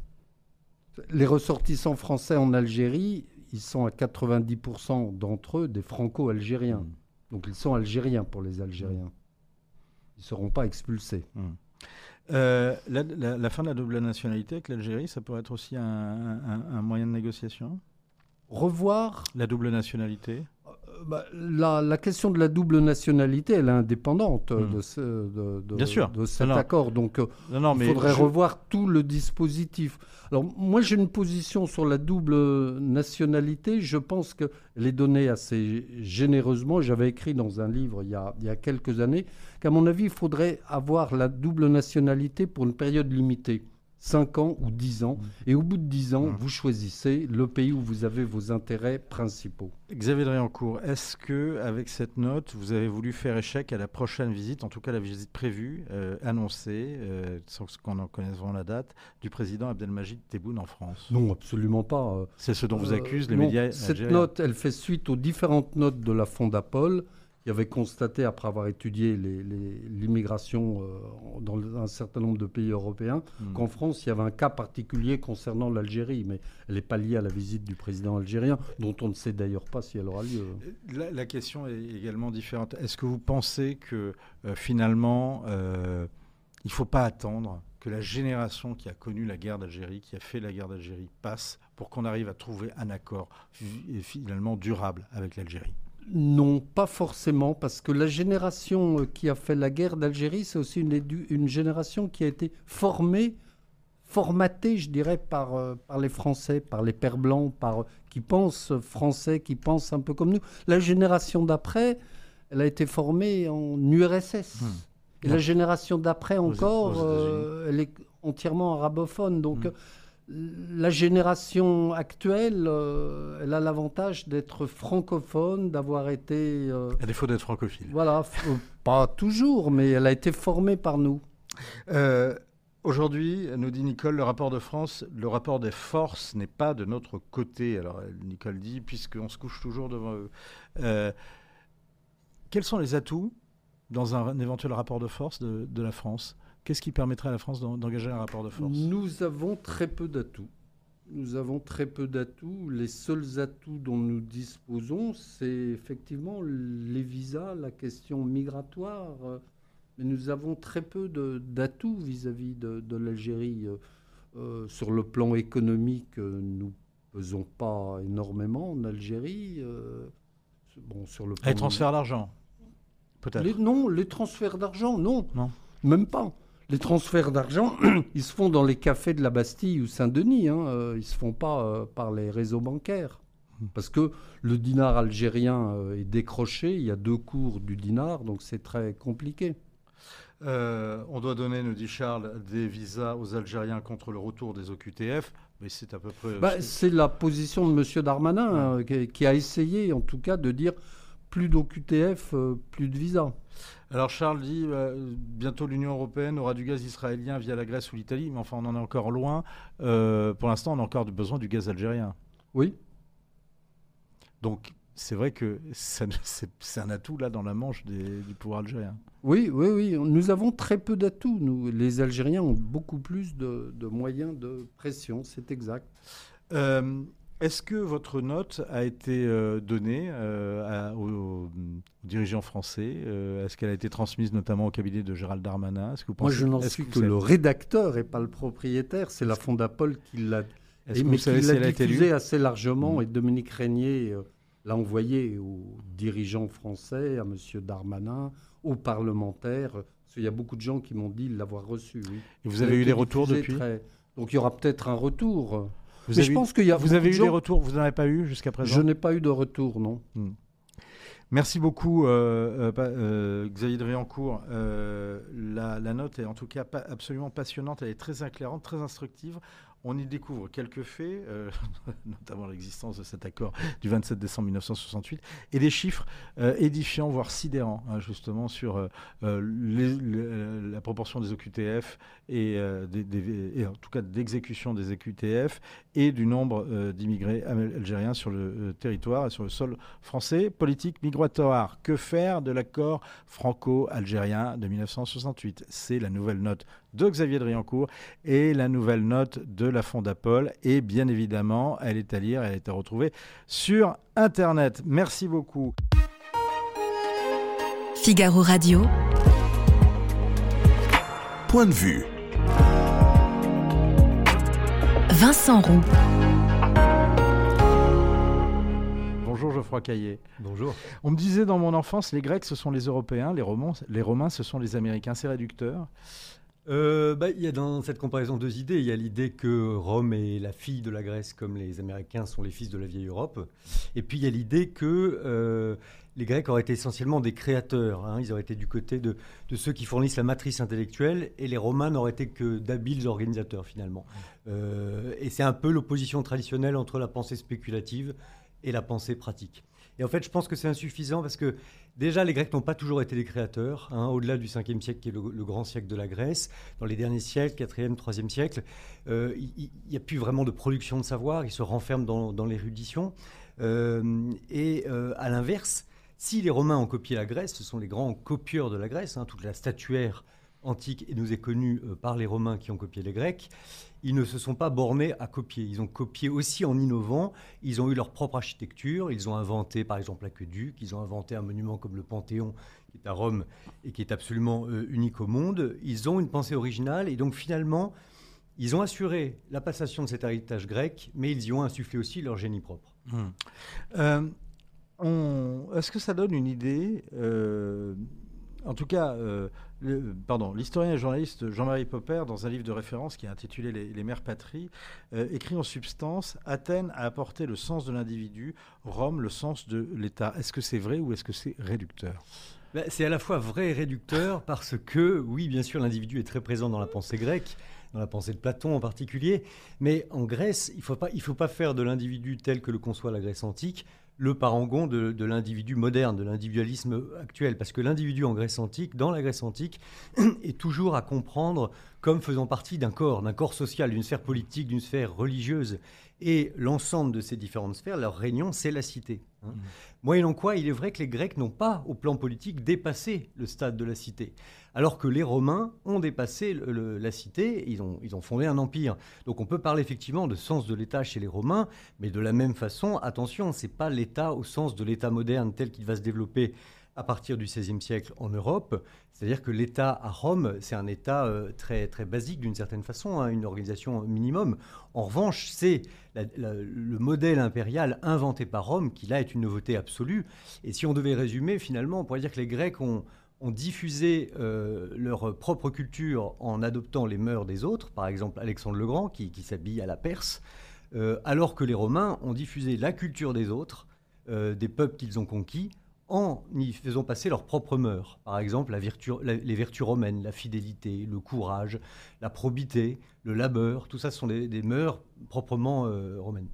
Les ressortissants français en Algérie... Ils sont à 90% d'entre eux des franco-algériens. Donc ils sont algériens pour les Algériens. Ils ne seront pas expulsés. La fin de la double nationalité avec l'Algérie, ça pourrait être aussi un moyen de négociation ? Revoir la double nationalité ? La question de la double nationalité, elle est indépendante de cet accord. Donc, il faudrait revoir tout le dispositif. Alors, moi, j'ai une position sur la double nationalité. Je pense qu'elle est donnée assez généreusement. J'avais écrit dans un livre il y a quelques années qu'à mon avis, il faudrait avoir la double nationalité pour une période limitée. 5 ans ou 10 ans. Et au bout de 10 ans, vous choisissez le pays où vous avez vos intérêts principaux. Xavier Driancourt, est-ce qu'avec cette note, vous avez voulu faire échec à la prochaine visite, en tout cas la visite prévue, annoncée, sans qu'on en connaisse vraiment la date, du président Abdelmajid Tebboune en France ? Non, absolument pas. C'est ce dont vous accusent les médias algériens. Cette note, elle fait suite aux différentes notes de la Fondapol, qui avait constaté, après avoir étudié l'immigration dans un certain nombre de pays européens, qu'en France, il y avait un cas particulier concernant l'Algérie. Mais elle n'est pas liée à la visite du président algérien, dont on ne sait d'ailleurs pas si elle aura lieu. La question est également différente. Est-ce que vous pensez que finalement, il ne faut pas attendre que la génération qui a connu la guerre d'Algérie, qui a fait la guerre d'Algérie, passe pour qu'on arrive à trouver un accord finalement durable avec l'Algérie ? Non, pas forcément, parce que la génération qui a fait la guerre d'Algérie, c'est aussi une génération qui a été formatée, je dirais, par les Français, par les Pères Blancs, qui pensent français, qui pensent un peu comme nous. La génération d'après, elle a été formée en URSS. Et la génération d'après encore, elle est entièrement arabophone. Donc, La génération actuelle, elle a l'avantage d'être francophone, d'avoir été... À défaut d'être francophile. Voilà, pas toujours, mais elle a été formée par nous. Aujourd'hui, nous dit Nicole, le rapport de France, le rapport des forces n'est pas de notre côté. Alors, Nicole dit, puisqu'on se couche toujours devant eux. Quels sont les atouts dans un éventuel rapport de force de la France ? Qu'est-ce qui permettrait à la France d'engager un rapport de force ? Nous avons très peu d'atouts. Les seuls atouts dont nous disposons, c'est effectivement les visas, la question migratoire. Mais nous avons très peu d'atouts vis-à-vis de l'Algérie. Sur le plan économique, nous ne pesons pas énormément en Algérie. Sur le plan les transferts d'argent, peut-être. Les transferts d'argent, non. Même pas. Les transferts d'argent, ils se font dans les cafés de la Bastille ou Saint-Denis. Ils ne se font pas par les réseaux bancaires. Parce que le dinar algérien est décroché. Il y a 2 cours du dinar, donc c'est très compliqué. On doit donner, nous dit Charles, des visas aux Algériens contre le retour des OQTF. Mais c'est à peu près... c'est la position de M. Darmanin qui a essayé, en tout cas, de dire plus d'OQTF, plus de visas. Alors Charles dit, bientôt l'Union européenne aura du gaz israélien via la Grèce ou l'Italie, mais enfin on en est encore loin. Pour l'instant, on a encore besoin du gaz algérien. Oui. Donc c'est vrai que c'est un atout là dans la manche du pouvoir algérien. Oui. Nous avons très peu d'atouts. Les Algériens ont beaucoup plus de moyens de pression, c'est exact. Est-ce que votre note a été donnée aux dirigeants français ? Est-ce qu'elle a été transmise notamment au cabinet de Gérald Darmanin ? Moi, je n'en suis que le rédacteur et pas le propriétaire. C'est la Fondapol qui l'a diffusée assez largement. Et Dominique Régnier l'a envoyé aux dirigeants français, à M. Darmanin, aux parlementaires. Parce qu'il y a beaucoup de gens qui m'ont dit l'avoir reçu. Oui. Et vous avez eu des retours depuis ? Donc il y aura peut-être un retour. Vous avez eu des retours ? Vous n'en avez pas eu jusqu'à présent ? Je n'ai pas eu de retour, non. Merci beaucoup, Xavier de Vriancourt. La note est en tout cas absolument passionnante. Elle est très éclairante, très instructive. On y découvre quelques faits, notamment l'existence de cet accord du 27 décembre 1968, et des chiffres édifiants, voire sidérants, justement, sur la proportion des OQTF et en tout cas d'exécution des OQTF et du nombre d'immigrés algériens sur le territoire et sur le sol français. Politique migratoire. Que faire de l'accord franco-algérien de 1968 ? C'est la nouvelle note de Xavier de Vriancourt et la nouvelle note de la Fondapol. Et bien évidemment, elle est à lire, elle est à retrouver sur Internet. Merci beaucoup. Figaro Radio. Point de vue. Vincent Roux. Bonjour Geoffroy Caillé. Bonjour. On me disait dans mon enfance, les Grecs ce sont les Européens, les Romains ce sont les Américains. C'est réducteur ? Il y a dans cette comparaison 2 idées. Il y a l'idée que Rome est la fille de la Grèce comme les Américains sont les fils de la vieille Europe. Et puis il y a l'idée que les Grecs auraient été essentiellement des créateurs. Ils auraient été du côté de ceux qui fournissent la matrice intellectuelle et les Romains n'auraient été que d'habiles organisateurs finalement. Et c'est un peu l'opposition traditionnelle entre la pensée spéculative et la pensée pratique. Et en fait, je pense que c'est insuffisant parce que déjà, les Grecs n'ont pas toujours été des créateurs. Au-delà du 5e siècle, qui est le grand siècle de la Grèce, dans les derniers siècles, 4e, 3e siècle, il n'y a plus vraiment de production de savoir. Ils se renferment dans l'érudition. À l'inverse, si les Romains ont copié la Grèce, ce sont les grands copieurs de la Grèce. Toute la statuaire antique nous est connue par les Romains qui ont copié les Grecs. Ils ne se sont pas bornés à copier. Ils ont copié aussi en innovant. Ils ont eu leur propre architecture. Ils ont inventé, par exemple, l'aqueduc. Ils ont inventé un monument comme le Panthéon, qui est à Rome et qui est absolument unique au monde. Ils ont une pensée originale. Et donc, finalement, ils ont assuré la passation de cet héritage grec, mais ils y ont insufflé aussi leur génie propre. Est-ce que ça donne une idée en tout cas, l'historien et journaliste Jean-Marie Popper, dans un livre de référence qui est intitulé Les mères patries, écrit en substance « Athènes a apporté le sens de l'individu, Rome le sens de l'État ». Est-ce que c'est vrai ou est-ce que c'est réducteur ? C'est à la fois vrai et réducteur parce que, oui, bien sûr, l'individu est très présent dans la pensée grecque, dans la pensée de Platon en particulier. Mais en Grèce, il faut pas faire de l'individu tel que le conçoit la Grèce antique le parangon de l'individu moderne, de l'individualisme actuel. Parce que l'individu en Grèce antique, dans la Grèce antique, est toujours à comprendre comme faisant partie d'un corps social, d'une sphère politique, d'une sphère religieuse. Et l'ensemble de ces différentes sphères, leur réunion, c'est la cité. Moyennant quoi, il est vrai que les Grecs n'ont pas, au plan politique, dépassé le stade de la cité. Alors que les Romains ont dépassé la cité, ils ont fondé un empire. Donc on peut parler effectivement de sens de l'État chez les Romains, mais de la même façon, attention, ce n'est pas l'État au sens de l'État moderne tel qu'il va se développer à partir du XVIe siècle en Europe. C'est-à-dire que l'État à Rome, c'est un État très, très basique d'une certaine façon, une organisation minimum. En revanche, c'est le modèle impérial inventé par Rome qui, là, est une nouveauté absolue. Et si on devait résumer, finalement, on pourrait dire que les Grecs ont diffusé leur propre culture en adoptant les mœurs des autres. Par exemple, Alexandre le Grand, qui s'habille à la Perse, alors que les Romains ont diffusé la culture des autres, des peuples qu'ils ont conquis, en y faisant passer leurs propres mœurs. Par exemple, les vertus romaines, la fidélité, le courage, la probité, le labeur, tout ça ce sont des mœurs proprement romaines.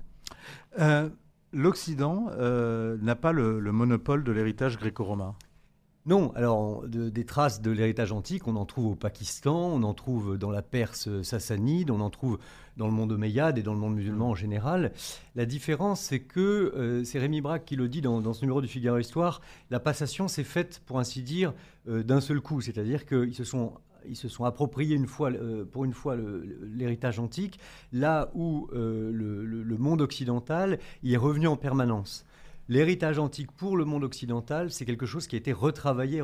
L'Occident n'a pas le monopole de l'héritage gréco-romain. Non, alors des traces de l'héritage antique, on en trouve au Pakistan, on en trouve dans la Perse sassanide, on en trouve dans le monde omeyyade et dans le monde musulman en général. La différence, c'est que, c'est Rémi Braque qui le dit dans ce numéro du Figaro Histoire, la passation s'est faite, pour ainsi dire, d'un seul coup. C'est-à-dire qu'ils se sont appropriés pour une fois l'héritage antique, là où le monde occidental y est revenu en permanence. L'héritage antique pour le monde occidental, c'est quelque chose qui a été retravaillé,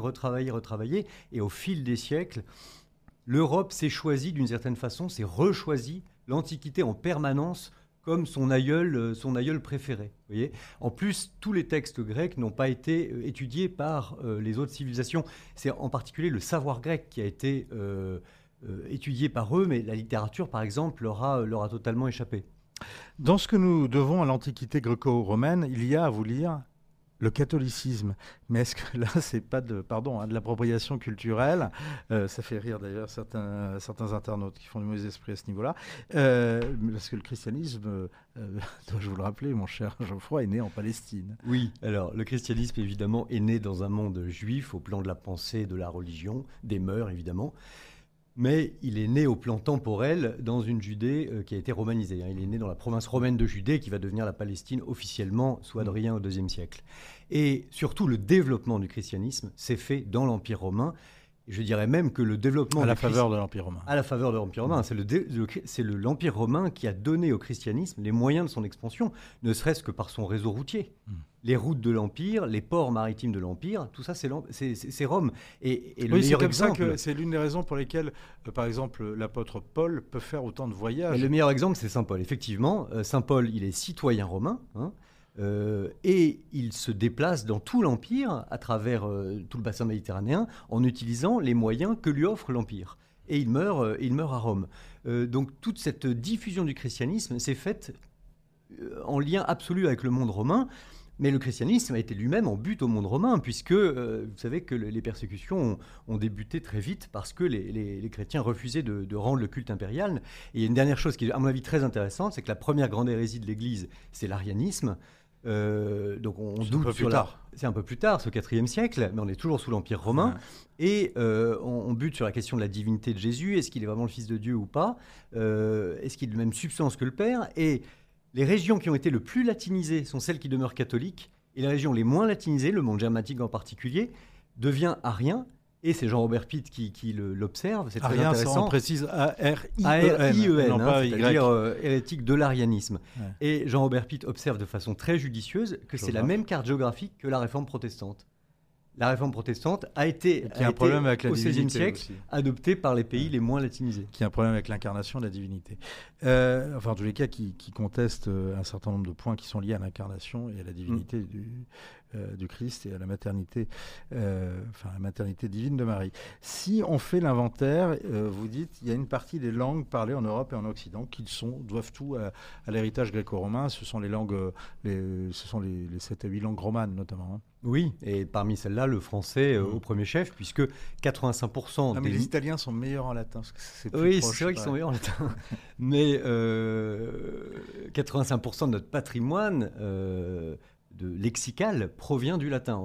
et au fil des siècles, l'Europe s'est choisie d'une certaine façon, s'est rechoisie l'Antiquité en permanence comme son aïeul préféré. Vous voyez ? En plus, tous les textes grecs n'ont pas été étudiés par les autres civilisations. C'est en particulier le savoir grec qui a été étudié par eux, mais la littérature, par exemple, leur a totalement échappé. Dans ce que nous devons à l'Antiquité gréco-romaine, il y a à vous lire le catholicisme. Mais est-ce que là, c'est pas de l'appropriation culturelle ça fait rire d'ailleurs certains internautes qui font du mauvais esprit à ce niveau-là. Parce que le christianisme, dois-je vous le rappeler, mon cher Geoffroy, est né en Palestine. Oui, alors le christianisme, évidemment, est né dans un monde juif, au plan de la pensée, de la religion, des mœurs, évidemment. Mais il est né au plan temporel dans une Judée qui a été romanisée. Il est né dans la province romaine de Judée qui va devenir la Palestine officiellement sous Hadrien au IIe siècle. Et surtout, le développement du christianisme s'est fait dans l'Empire romain. Je dirais même que le développement... À la faveur de l'Empire romain. À la faveur de l'Empire romain. C'est l'Empire romain qui a donné au christianisme les moyens de son expansion, ne serait-ce que par son réseau routier. Les routes de l'Empire, les ports maritimes de l'Empire, tout ça, c'est Rome. Et le oui, c'est comme exemple, ça que c'est l'une des raisons pour lesquelles, par exemple, l'apôtre Paul peut faire autant de voyages. Le meilleur exemple, c'est Saint Paul. Effectivement, Saint Paul, il est citoyen romain, et il se déplace dans tout l'Empire, à travers tout le bassin méditerranéen, en utilisant les moyens que lui offre l'Empire. Et il meurt à Rome. Donc toute cette diffusion du christianisme s'est faite en lien absolu avec le monde romain. Mais le christianisme a été lui-même en but au monde romain, puisque vous savez que les persécutions ont débuté très vite parce que les chrétiens refusaient de rendre le culte impérial. Et il y a une dernière chose qui est, à mon avis, très intéressante, c'est que la première grande hérésie de l'Église, c'est l'arianisme. Donc on doute sur c'est un peu plus tard, c'est au IVe siècle, mais on est toujours sous l'Empire romain. Et on bute sur la question de la divinité de Jésus. Est-ce qu'il est vraiment le Fils de Dieu ou pas ? Est-ce qu'il a la même substance que le Père ? Et les régions qui ont été le plus latinisées sont celles qui demeurent catholiques, et les régions les moins latinisées, le monde germanique en particulier, devient arien. Et c'est Jean-Robert Pitt qui l'observe. C'est très intéressant. On précise A-R-I-E-N, c'est-à-dire hérétique de l'arianisme. Ouais. Et Jean-Robert Pitt observe de façon très judicieuse que c'est la même carte géographique que la réforme protestante. La réforme protestante a été au XVIe siècle aussi, adoptée par les pays les moins latinisés. Qui a un problème avec l'incarnation de la divinité. Enfin, en tous les cas, qui conteste un certain nombre de points qui sont liés à l'incarnation et à la divinité du Christ et à la maternité, la maternité divine de Marie. Si on fait l'inventaire, vous dites il y a une partie des langues parlées en Europe et en Occident qui doivent tout à l'héritage gréco-romain. Ce sont les langues, les 7 à 8 langues romanes notamment. Oui, et parmi celles-là, le français au premier chef, puisque 85% mais les Italiens sont meilleurs en latin. Parce que c'est plus oui, proche, c'est vrai qu'ils sont meilleurs en latin. Mais 85% de notre patrimoine de lexical provient du latin.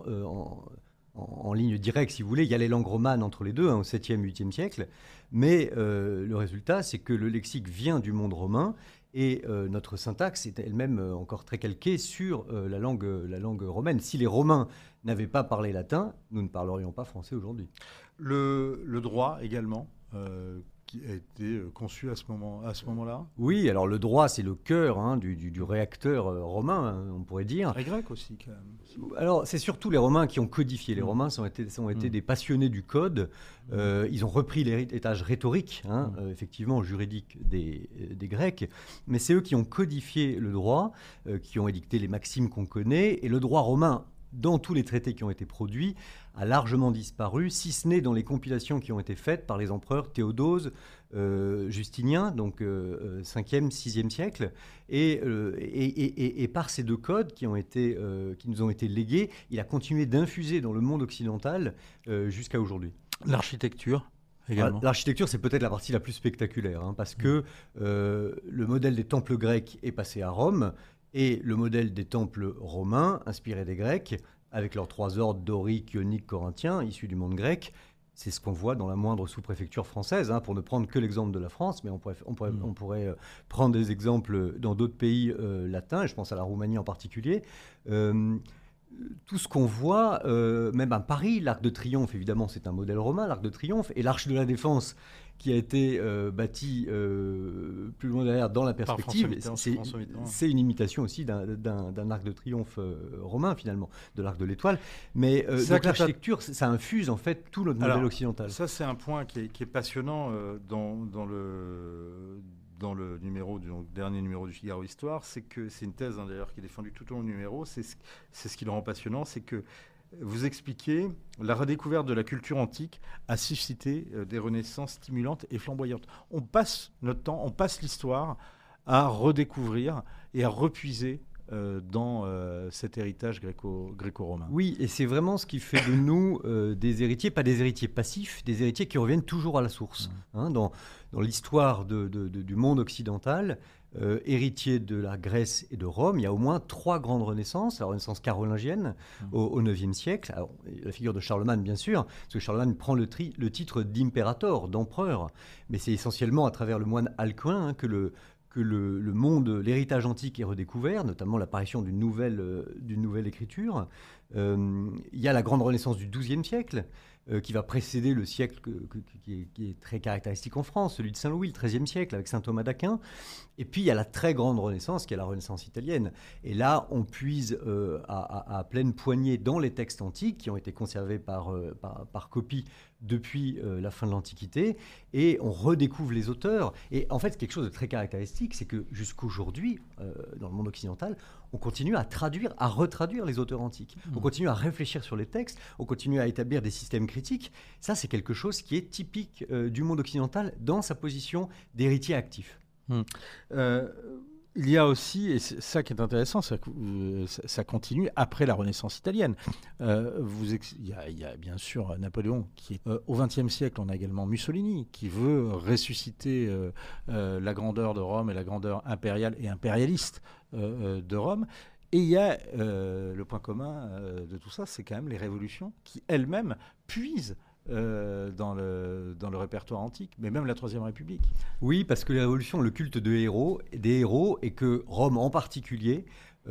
En ligne directe, si vous voulez, il y a les langues romanes entre les deux, au 7e, 8e siècle. Mais le résultat, c'est que le lexique vient du monde romain. Et notre syntaxe est elle-même encore très calquée sur la langue romaine. Si les Romains n'avaient pas parlé latin, nous ne parlerions pas français aujourd'hui. Le droit également, qui a été conçu à ce moment-là. Oui, alors le droit, c'est le cœur du réacteur romain, on pourrait dire. Et grec aussi, quand même. Alors, c'est surtout les Romains qui ont codifié. Les Romains ont été des passionnés du code. Ils ont repris l'héritage rhétorique, effectivement juridique des Grecs, mais c'est eux qui ont codifié le droit, qui ont édicté les maximes qu'on connaît, et le droit romain, dans tous les traités qui ont été produits, a largement disparu, si ce n'est dans les compilations qui ont été faites par les empereurs Théodose, Justinien, donc 5e, 6e siècle, et par ces deux codes qui nous ont été légués, il a continué d'infuser dans le monde occidental jusqu'à aujourd'hui. L'architecture également. L'architecture, c'est peut-être la partie la plus spectaculaire, parce que le modèle des temples grecs est passé à Rome, et le modèle des temples romains, inspirés des Grecs, avec leurs 3 ordres dorique, ionique, corinthien, issus du monde grec, c'est ce qu'on voit dans la moindre sous-préfecture française, pour ne prendre que l'exemple de la France, mais on pourrait prendre des exemples dans d'autres pays latins, et je pense à la Roumanie en particulier. Tout ce qu'on voit, même à Paris, l'Arc de Triomphe, évidemment, c'est un modèle romain, l'Arc de Triomphe, et l'Arche de la Défense, qui a été bâtie plus loin derrière dans la perspective, c'est une imitation aussi d'un Arc de Triomphe romain, finalement, de l'Arc de l'Étoile. Mais donc l'architecture, ça infuse en fait tout notre modèle occidental. Ça, c'est un point qui est passionnant dans le dernier numéro du Figaro Histoire, c'est que c'est une thèse d'ailleurs qui est défendue tout au long du numéro, c'est ce qui le rend passionnant, c'est que vous expliquez la redécouverte de la culture antique a suscité des renaissances stimulantes et flamboyantes. On passe notre temps, on passe l'histoire à redécouvrir et à repuiser dans cet héritage gréco-romain. Oui, et c'est vraiment ce qui fait de nous des héritiers, pas des héritiers passifs, des héritiers qui reviennent toujours à la source. Dans l'histoire du monde occidental, héritier de la Grèce et de Rome, il y a au moins 3 grandes renaissances. La renaissance carolingienne au IXe siècle, alors, la figure de Charlemagne bien sûr, parce que Charlemagne prend le titre d'impérator, d'empereur, mais c'est essentiellement à travers le moine Alcuin que le monde, l'héritage antique est redécouvert, notamment l'apparition d'une nouvelle écriture. Il y a la grande renaissance du XIIe siècle, qui va précéder le siècle qui est très caractéristique en France, celui de Saint-Louis, le XIIIe siècle, avec saint Thomas d'Aquin. Et puis, il y a la très grande Renaissance, qui est la Renaissance italienne. Et là, on puise à pleine poignée dans les textes antiques, qui ont été conservés par copie depuis la fin de l'Antiquité, et on redécouvre les auteurs. Et en fait, quelque chose de très caractéristique, c'est que jusqu'aujourd'hui, dans le monde occidental, on continue à retraduire les auteurs antiques. On continue à réfléchir sur les textes, on continue à établir des systèmes critiques. Ça, c'est quelque chose qui est typique du monde occidental dans sa position d'héritier actif. Il y a aussi, et c'est ça qui est intéressant, ça continue après la Renaissance italienne. Il y a bien sûr Napoléon, qui est au XXe siècle. On a également Mussolini, qui veut ressusciter la grandeur de Rome et la grandeur impériale et impérialiste de Rome. Et il y a le point commun de tout ça, c'est quand même les révolutions qui elles-mêmes puisent dans le répertoire antique, mais même la Troisième République. Oui, parce que les révolutions, le culte des héros, et que Rome en particulier,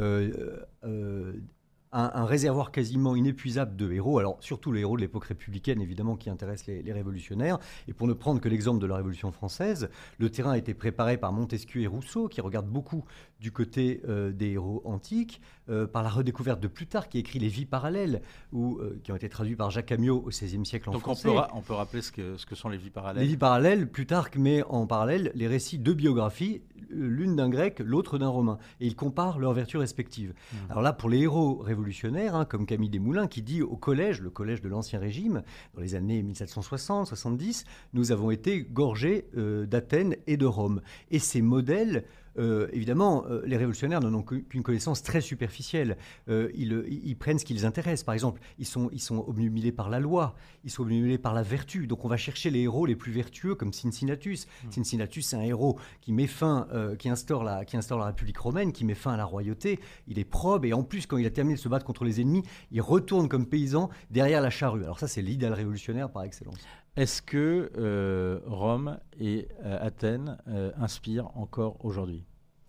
un réservoir quasiment inépuisable de héros, alors surtout les héros de l'époque républicaine, évidemment, qui intéressent les révolutionnaires. Et pour ne prendre que l'exemple de la Révolution française, le terrain a été préparé par Montesquieu et Rousseau, qui regardent beaucoup du côté des héros antiques, par la redécouverte de Plutarque, qui écrit les Vies parallèles, qui ont été traduits par Jacques Amyot au XVIe siècle en français. Donc on peut rappeler ce que sont les Vies parallèles. Les Vies parallèles, Plutarque met en parallèle les récits de biographie l'une d'un grec, l'autre d'un romain. Et ils comparent leurs vertus respectives. Alors là, pour les héros révolutionnaires, comme Camille Desmoulins, qui dit au collège, le collège de l'Ancien Régime, dans les années 1760-70, nous avons été gorgés d'Athènes et de Rome. Et ces modèles... évidemment, les révolutionnaires n'en ont qu'une connaissance très superficielle. Ils prennent ce qui les intéresse. Par exemple, ils sont obnubilés par la loi, ils sont obnubilés par la vertu. Donc on va chercher les héros les plus vertueux, comme Cincinnatus. Cincinnatus, c'est un héros qui met fin, qui instaure la République romaine, qui met fin à la royauté. Il est probe, et en plus, quand il a terminé de se battre contre les ennemis, il retourne comme paysan derrière la charrue. Alors ça, c'est l'idéal révolutionnaire par excellence. Est-ce que Rome et Athènes inspirent encore aujourd'hui ?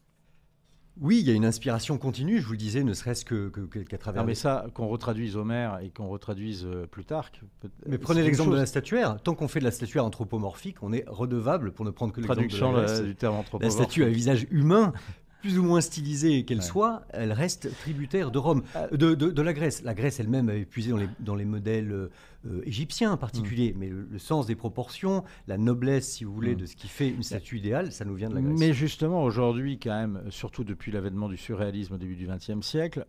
Oui, il y a une inspiration continue, je vous le disais, ne serait-ce qu'à travers... Non, mais ça, qu'on retraduise Homère et qu'on retraduise Plutarque... Mais prenez l'exemple de la statuaire. Tant qu'on fait de la statuaire anthropomorphique, on est redevable, pour ne prendre que l'exemple de la Grèce, du terme anthropomorphe. La statue à visage humain, plus ou moins stylisée qu'elle soit, elle reste tributaire de Rome, de la Grèce. La Grèce elle-même avait puisé dans les modèles égyptiens en particulier, mais le sens des proportions, la noblesse, si vous voulez, de ce qui fait une statue idéale, ça nous vient de la Grèce. Mais justement, aujourd'hui, quand même, surtout depuis l'avènement du surréalisme au début du XXe siècle,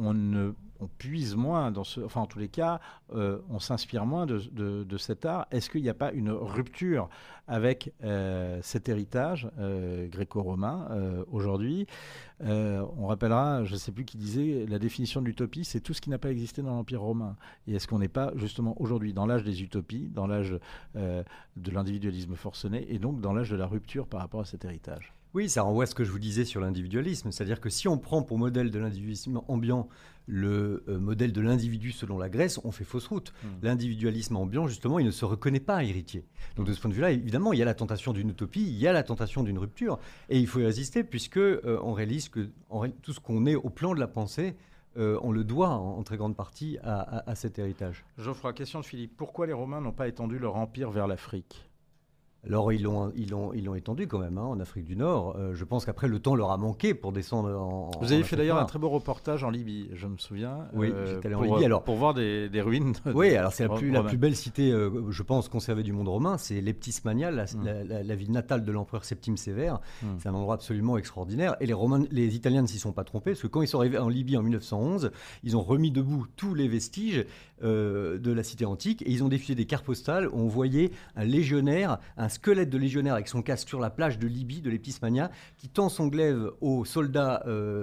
on puise moins enfin en tous les cas, on s'inspire moins de cet art. Est-ce qu'il n'y a pas une rupture avec cet héritage gréco-romain aujourd'hui ? On rappellera, je ne sais plus qui disait, la définition de l'utopie, c'est tout ce qui n'a pas existé dans l'Empire romain. Et est-ce qu'on n'est pas justement aujourd'hui dans l'âge des utopies, dans l'âge de l'individualisme forcené, et donc dans l'âge de la rupture par rapport à cet héritage ? Oui, ça renvoie à ce que je vous disais sur l'individualisme, c'est-à-dire que si on prend pour modèle de l'individualisme ambiant le modèle de l'individu selon la Grèce, on fait fausse route. L'individualisme ambiant, justement, il ne se reconnaît pas héritier. Donc de ce point de vue-là, évidemment, il y a la tentation d'une utopie, il y a la tentation d'une rupture, et il faut y résister, puisque on réalise que tout ce qu'on est au plan de la pensée, on le doit en très grande partie à cet héritage. Geoffroy, question de Philippe. Pourquoi les Romains n'ont pas étendu leur empire vers l'Afrique ? Alors ils l'ont étendu quand même en Afrique du Nord. Je pense qu'après le temps leur a manqué pour descendre en... Vous avez fait d'ailleurs un très beau reportage en Libye, je me souviens. Oui, j'étais allé en Libye alors. Pour voir des ruines. Oui, alors c'est la plus belle cité, je pense, conservée du monde romain. C'est Leptis-Mania, la ville natale de l'empereur Septime Sévère. C'est un endroit absolument extraordinaire. Et les Italiens ne s'y sont pas trompés, parce que quand ils sont arrivés en Libye en 1911, ils ont remis debout tous les vestiges de la cité antique, et ils ont diffusé des cartes postales où on voyait un légionnaire, un squelette de légionnaire avec son casque sur la plage de Libye, de Leptis-Mania, qui tend son glaive au soldat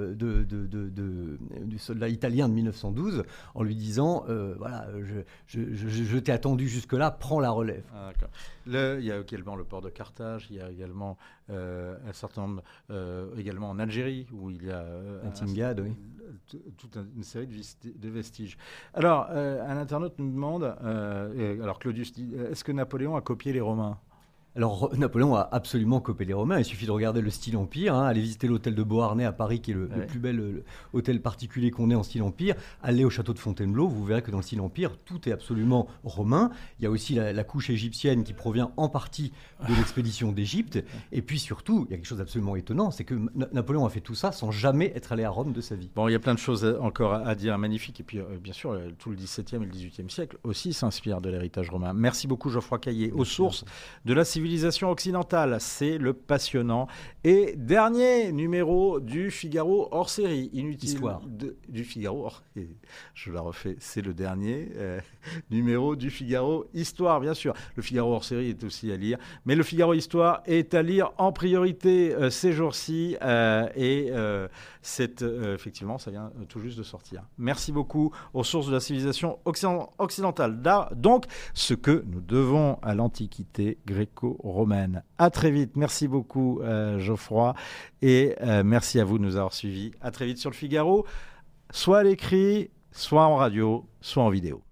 du soldat italien de 1912 en lui disant voilà, je t'ai attendu jusque-là, prends la relève. Ah, d'accord. Il y a également le port de Carthage, il y a également un certain nombre, également en Algérie, où il y a Tingad, oui. Toute une série de vestiges. Alors, un internaute nous demande, alors Claudius dit, est-ce que Napoléon a copié les Romains ? Alors, Napoléon a absolument copié les Romains. Il suffit de regarder le style Empire, aller visiter l'hôtel de Beauharnais à Paris, qui est le plus bel hôtel particulier qu'on ait en style Empire. Aller au château de Fontainebleau, vous verrez que dans le style Empire, tout est absolument romain. Il y a aussi la couche égyptienne qui provient en partie de l'expédition d'Égypte. Et puis surtout, il y a quelque chose d'absolument étonnant, c'est que Napoléon a fait tout ça sans jamais être allé à Rome de sa vie. Bon, il y a plein de choses encore à dire, magnifiques. Et puis, bien sûr, tout le XVIIe et le XVIIIe siècle aussi s'inspire de l'héritage romain. Merci beaucoup, Geoffroy Caillé. Aux sources de la civilisation occidentale, c'est le passionnant et dernier numéro du Figaro hors série. Inutile du Figaro hors... Je la refais, c'est le dernier numéro du Figaro Histoire, bien sûr. Le Figaro hors série est aussi à lire, mais le Figaro Histoire est à lire en priorité ces jours-ci et c'est effectivement, ça vient tout juste de sortir. Merci beaucoup aux sources de la civilisation occidentale. Donc, ce que nous devons à l'Antiquité gréco-romaine. À très vite. Merci beaucoup, Geoffroy. Et merci à vous de nous avoir suivis. À très vite sur le Figaro, soit à l'écrit, soit en radio, soit en vidéo.